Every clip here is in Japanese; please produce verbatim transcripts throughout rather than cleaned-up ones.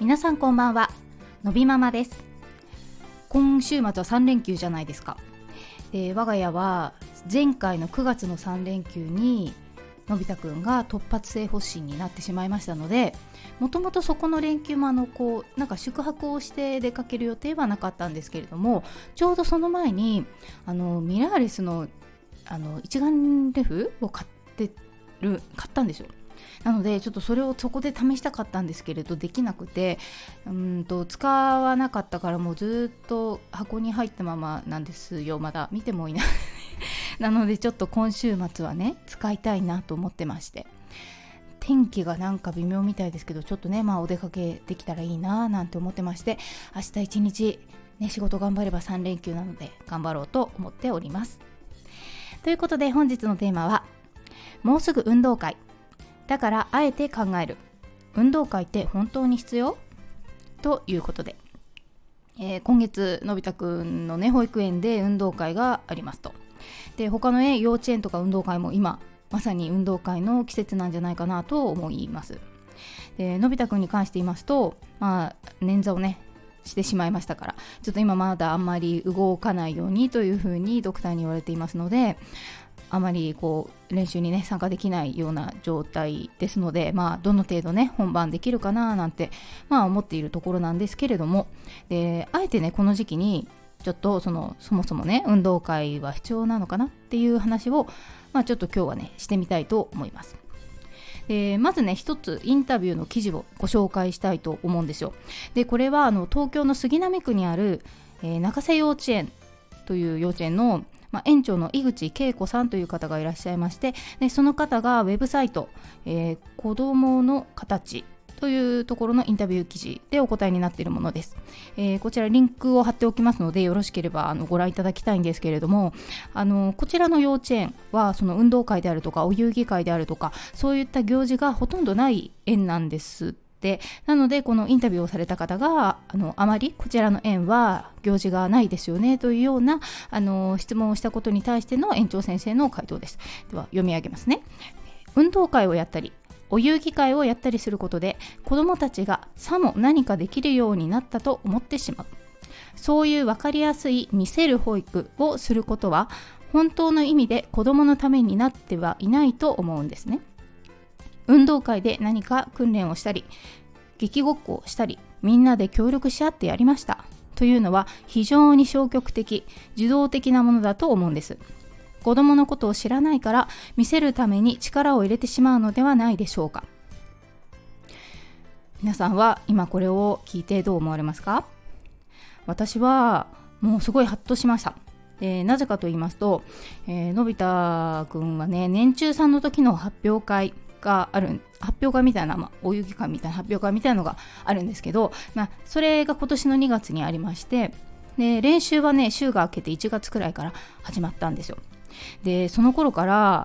皆さんこんばんは、のびママです。今週末はさん連休じゃないですか。で我が家は前回のくがつのさん連休にのび太くんが突発性発疹になってしまいましたので、もともとそこの連休もあのこうなんか宿泊をして出かける予定はなかったんですけれども、ちょうどその前にあのミラーレスのあの一眼レフを買ってる買ったんですよ。なのでちょっとそれをそこで試したかったんですけれどできなくて、うんと使わなかったからもうずっと箱に入ったままなんですよ。まだ見てもいないなのでちょっと今週末はね使いたいなと思ってまして、天気がなんか微妙みたいですけど、ちょっとねまあお出かけできたらいいななんて思ってまして、明日一日ね仕事頑張ればさん連休なので頑張ろうと思っております。ということで本日のテーマは、もうすぐ運動会だからあえて考える、運動会って本当に必要？ということで、えー、今月のび太くんのね保育園で運動会がありますと。で他の、ね、幼稚園とか運動会も今まさに運動会の季節なんじゃないかなと思います。でのび太くんに関して言いますと、まあ捻挫をねしてしまいましたから、ちょっと今まだあんまり動かないようにというふうにドクターに言われていますので、あまりこう練習にね参加できないような状態ですので、まあどの程度ね本番できるかななんてまあ思っているところなんですけれども、であえてねこの時期にちょっとそのそもそもね運動会は必要なのかなっていう話を、まあ、ちょっと今日はねしてみたいと思います。でまずね一つインタビューの記事をご紹介したいと思うんですよ。でこれはあの東京の杉並区にある、えー、中瀬幼稚園という幼稚園のまあ、園長の井口恵子さんという方がいらっしゃいまして、でその方がウェブサイト、えー、子どもの形というところのインタビュー記事でお答えになっているものです。えー、こちらリンクを貼っておきますのでよろしければあのご覧いただきたいんですけれども、あのこちらの幼稚園はその運動会であるとかお遊戯会であるとかそういった行事がほとんどない園なんですで、なのでこのインタビューをされた方があのあまりこちらの園は行事がないですよねというようなあの質問をしたことに対しての園長先生の回答です。では読み上げますね。運動会をやったりお遊戯会をやったりすることで子どもたちがさも何かできるようになったと思ってしまう。そういう分かりやすい見せる保育をすることは本当の意味で子どものためになってはいないと思うんですね。運動会で何か訓練をしたり劇ごっこをしたりみんなで協力し合ってやりましたというのは非常に消極的受動的なものだと思うんです。子供のことを知らないから見せるために力を入れてしまうのではないでしょうか。皆さんは今これを聞いてどう思われますか？私はもうすごいハッとしました。えー、なぜかと言いますと、えー、のび太くんはね年中さんの時の発表会がある発表会みたいな、まあ、お遊戯会みたいな発表会みたいなのがあるんですけど、まあ、それが今年のにがつにありまして、で練習はね週が明けていちがつくらいから始まったんですよ。でその頃から、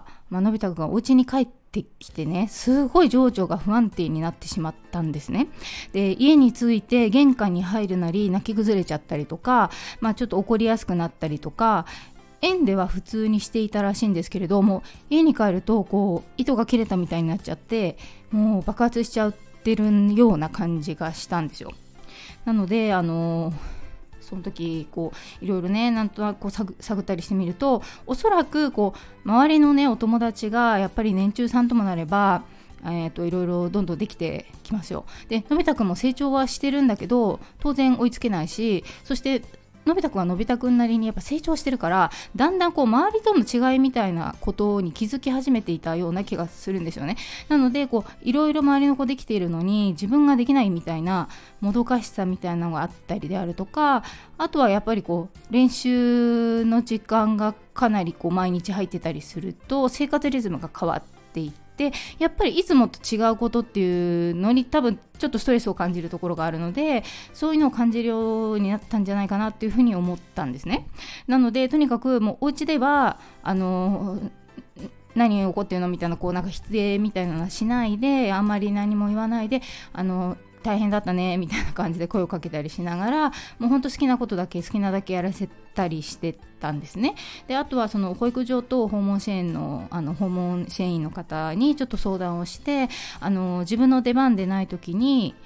まあのび太くんがお家に帰ってきてねすごい情緒が不安定になってしまったんですね。で家に着いて玄関に入るなり泣き崩れちゃったりとか、まあ、ちょっと怒りやすくなったりとか、園では普通にしていたらしいんですけれども、家に帰るとこう糸が切れたみたいになっちゃってもう爆発しちゃってるような感じがしたんですよ。なのであのその時こういろいろねなんとなくこう探探ったりしてみると、おそらくこう周りのねお友達がやっぱり年中さんともなればえー、といろいろどんどんできてきますよ。でのび太くんも成長はしてるんだけど当然追いつけないし、そしてのび太くんはのび太くんなりにやっぱ成長してるから、だんだんこう周りとの違いみたいなことに気づき始めていたような気がするんですよね。なのでこういろいろ周りの子できているのに自分ができないみたいなもどかしさみたいなのがあったりであるとか、あとはやっぱりこう練習の時間がかなりこう毎日入ってたりすると生活リズムが変わっていって、でやっぱりいつもと違うことっていうのに多分ちょっとストレスを感じるところがあるので、そういうのを感じるようになったんじゃないかなっていうふうに思ったんですね。なのでとにかくもうお家ではあの何起こってるのみたいなこうなんか否定みたいなのはしないで、あんまり何も言わないであの大変だったねみたいな感じで声をかけたりしながら、もう本当好きなことだけ好きなだけやらせたりしてたんですね。であとはその保育所と訪問支援のあの訪問支援員の方にちょっと相談をして、あの自分の出番でない時に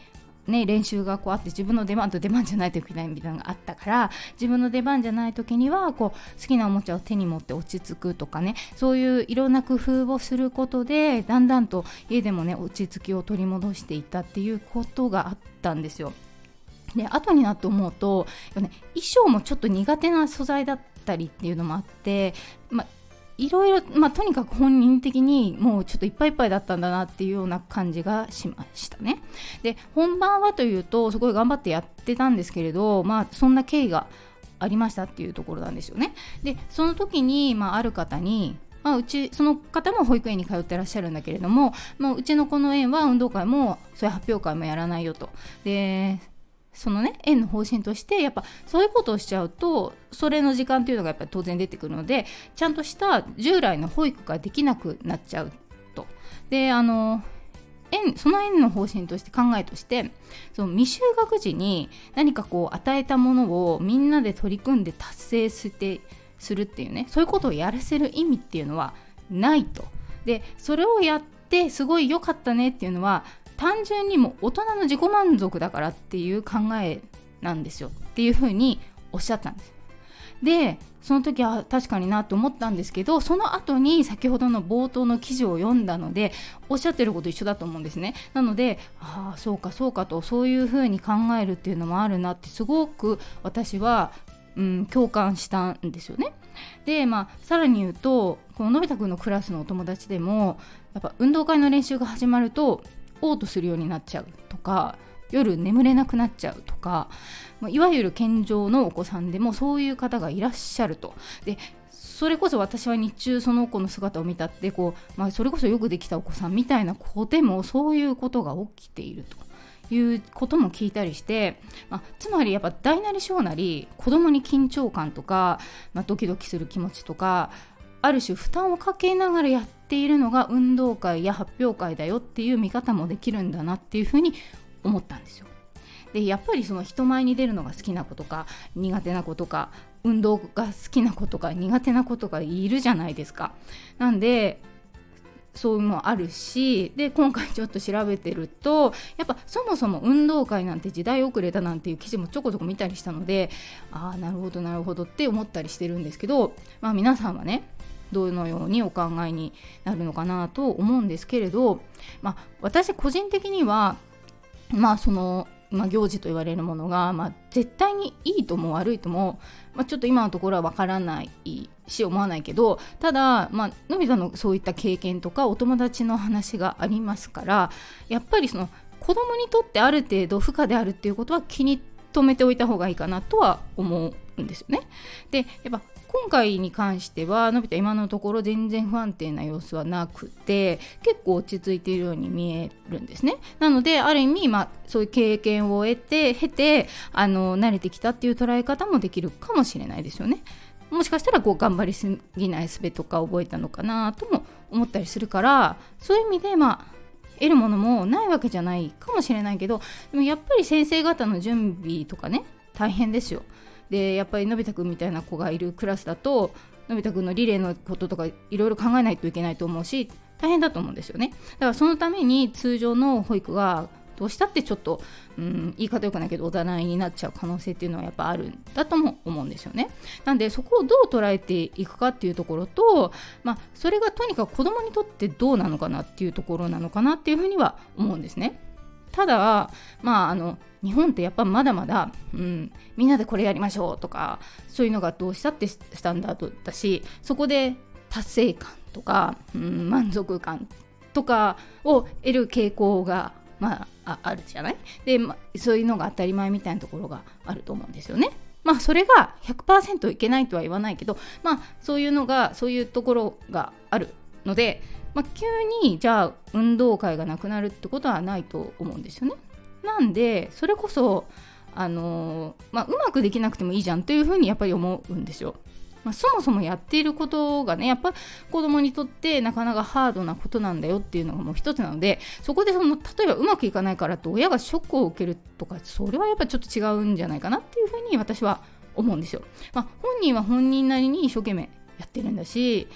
ね、練習がこうあって自分の出番と出番じゃないといけないみたいなのがあったから、自分の出番じゃない時にはこう好きなおもちゃを手に持って落ち着くとかね、そういういろんな工夫をすることでだんだんと家でもね落ち着きを取り戻していったっていうことがあったんですよ。で後になって思うと、ね、衣装もちょっと苦手な素材だったりっていうのもあって、まいろいろ、まあ、とにかく本人的にもうちょっといっぱいいっぱいだったんだなっていうような感じがしましたね。で本番はというとすごい頑張ってやってたんですけれど、まあそんな経緯がありましたっていうところなんですよね。でその時に、まあ、ある方にまあ、うちその方も保育園に通ってらっしゃるんだけれども、まあ、うちのこの園は運動会もそういう発表会もやらないよと。でそのね園の方針としてやっぱそういうことをしちゃうとそれの時間というのがやっぱり当然出てくるので、ちゃんとした従来の保育ができなくなっちゃうと。であの園その園の方針として考えとしてその未就学時に何かこう与えたものをみんなで取り組んで達成してするっていうね、そういうことをやらせる意味っていうのはないと。でそれをやってすごい良かったねっていうのは単純にも大人の自己満足だからっていう考えなんですよっていうふうにおっしゃったんです。でその時は確かになと思ったんですけど、その後に先ほどの冒頭の記事を読んだのでおっしゃってること一緒だと思うんですね。なのでああそうかそうかと、そういうふうに考えるっていうのもあるなってすごく私はうん、共感したんですよね。で、まあ、さらに言うとこののび太くんのクラスのお友達でもやっぱ運動会の練習が始まると嘔吐するようになっちゃうとか夜眠れなくなっちゃうとか、まあ、いわゆる健常のお子さんでもそういう方がいらっしゃると。でそれこそ私は日中その子の姿を見たってこう、まあ、それこそよくできたお子さんみたいな子でもそういうことが起きているということも聞いたりして、まあ、つまりやっぱ大なり小なり子供に緊張感とか、まあ、ドキドキする気持ちとかある種負担をかけながらやっているのが運動会や発表会だよっていう見方もできるんだなっていうふうに思ったんですよ。でやっぱりその人前に出るのが好きな子とか苦手な子とか運動が好きな子とか苦手な子とかいるじゃないですか。なんでそういうのもあるし、で今回ちょっと調べてるとやっぱそもそも運動会なんて時代遅れだなんていう記事もちょこちょこ見たりしたので、ああなるほどなるほどって思ったりしてるんですけど、まあ皆さんはねどのようにお考えになるのかなと思うんですけれど、まあ私個人的にはまあそのまあ、行事と言われるものが、まあ、絶対にいいとも悪いとも、まあ、ちょっと今のところは分からないし思わないけど、ただ、まあのび太のそういった経験とかお友達の話がありますから、やっぱりその子供にとってある程度負荷であるっていうことは気に留めておいた方がいいかなとは思うんですよね。でやっぱ今回に関してはのび太今のところ全然不安定な様子はなくて結構落ち着いているように見えるんですね。なのである意味、まあ、そういう経験を得て経てあの慣れてきたっていう捉え方もできるかもしれないですよね。もしかしたらこう頑張りすぎない術とか覚えたのかなとも思ったりするから、そういう意味でまあ得るものもないわけじゃないかもしれないけど、でもやっぱり先生方の準備とかね大変ですよ。でやっぱりのび太くんみたいな子がいるクラスだとのび太くんのリレーのこととかいろいろ考えないといけないと思うし大変だと思うんですよね。だからそのために通常の保育がどうしたってちょっと、うん、言い方よくないけどおざなりになっちゃう可能性っていうのはやっぱあるんだとも思うんですよね。なんでそこをどう捉えていくかっていうところと、まあ、それがとにかく子供にとってどうなのかなっていうところなのかなっていうふうには思うんですね。ただ、まあ、あの日本ってやっぱまだまだ、うん、みんなでこれやりましょうとかそういうのがどうしたってスタンダードだし、そこで達成感とか、うん、満足感とかを得る傾向が、まあ、あ, あるじゃないで、まあ、そういうのが当たり前みたいなところがあると思うんですよね。まあそれが ひゃくパーセント いけないとは言わないけど、まあそういうのがそういうところがあるので、まあ、急にじゃあ運動会がなくなるってことはないと思うんですよね。なんでそれこそあのーまあ、うまくできなくてもいいじゃんというふうにやっぱり思うんですよ。まあ、そもそもやっていることがねやっぱ子供にとってなかなかハードなことなんだよっていうのがもう一つなので、そこでその例えばうまくいかないからと親がショックを受けるとかそれはやっぱちょっと違うんじゃないかなっていうふうに私は思うんですよ。まあ、本人は本人なりに一生懸命やってるんだし、子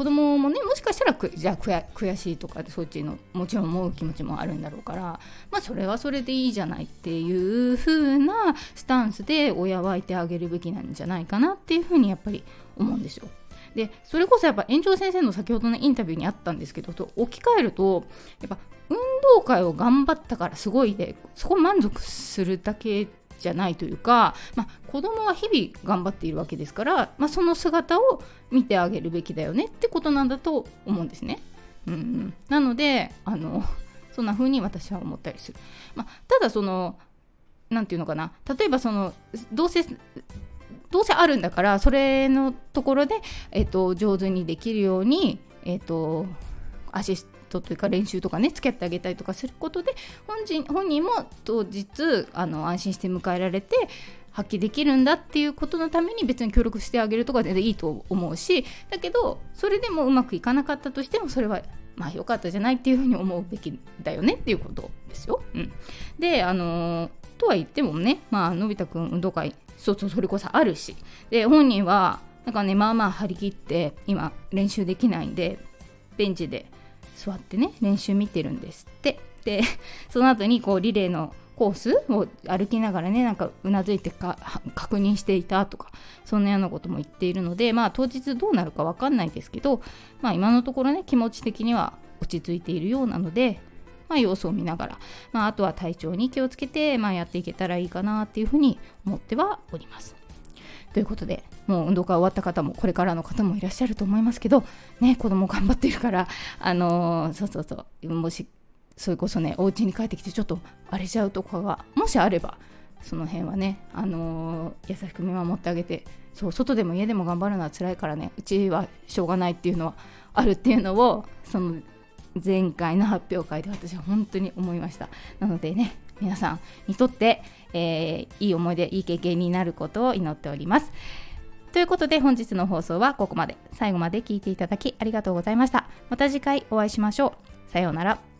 子供もねもしかしたらくじゃあ悔悔しいとかそっちのもちろん思う気持ちもあるんだろうから、まあそれはそれでいいじゃないっていう風なスタンスで親はいてあげるべきなんじゃないかなっていう風にやっぱり思うんですよ。でそれこそやっぱ園長先生の先ほどのインタビューにあったんですけど、と置き換えるとやっぱ運動会を頑張ったからすごいでそこ満足するだけじゃないというか、まあ、子供は日々頑張っているわけですから、まあ、その姿を見てあげるべきだよねってことなんだと思うんですね。うん、なのであのそんな風に私は思ったりする。まあ、ただそのなんていうのかな、例えばそのどうせどうせあるんだからそれのところで、えっと、上手にできるように、えっと、アシストというか練習とかね付き合ってあげたりとかすることで本人、本人も当日あの安心して迎えられて発揮できるんだっていうことのために別に協力してあげるとかでいいと思うし、だけどそれでもうまくいかなかったとしてもそれはまあ良かったじゃないっていうふうに思うべきだよねっていうことですよ。うん、であのー、とは言ってもね、まあのび太くん運動会そうそうそれこそあるし、で本人はなんかねまあまあ張り切って今練習できないんでベンチで座ってね練習見てるんですって。でその後にこうリレーのコースを歩きながらねなんかうなずいてか確認していたとかそんなようなことも言っているので、まあ当日どうなるか分かんないですけど、まあ今のところね気持ち的には落ち着いているようなので、まあ、様子を見ながら、まあ、あとは体調に気をつけて、まあ、やっていけたらいいかなっていうふうに思ってはおります。ということでもう運動会終わった方もこれからの方もいらっしゃると思いますけどね、子供頑張ってるからあのー、そうそうそうもしそれこそねお家に帰ってきてちょっと荒れちゃうとかがもしあればその辺はね、あのー、優しく見守ってあげて、そう外でも家でも頑張るのは辛いからねうちはしょうがないっていうのはあるっていうのをその前回の発表会で私は本当に思いました。なのでね皆さんにとって、えー、いい思い出いい経験になることを祈っております。ということで本日の放送はここまで。最後まで聞いていただきありがとうございました。また次回お会いしましょう。さようなら。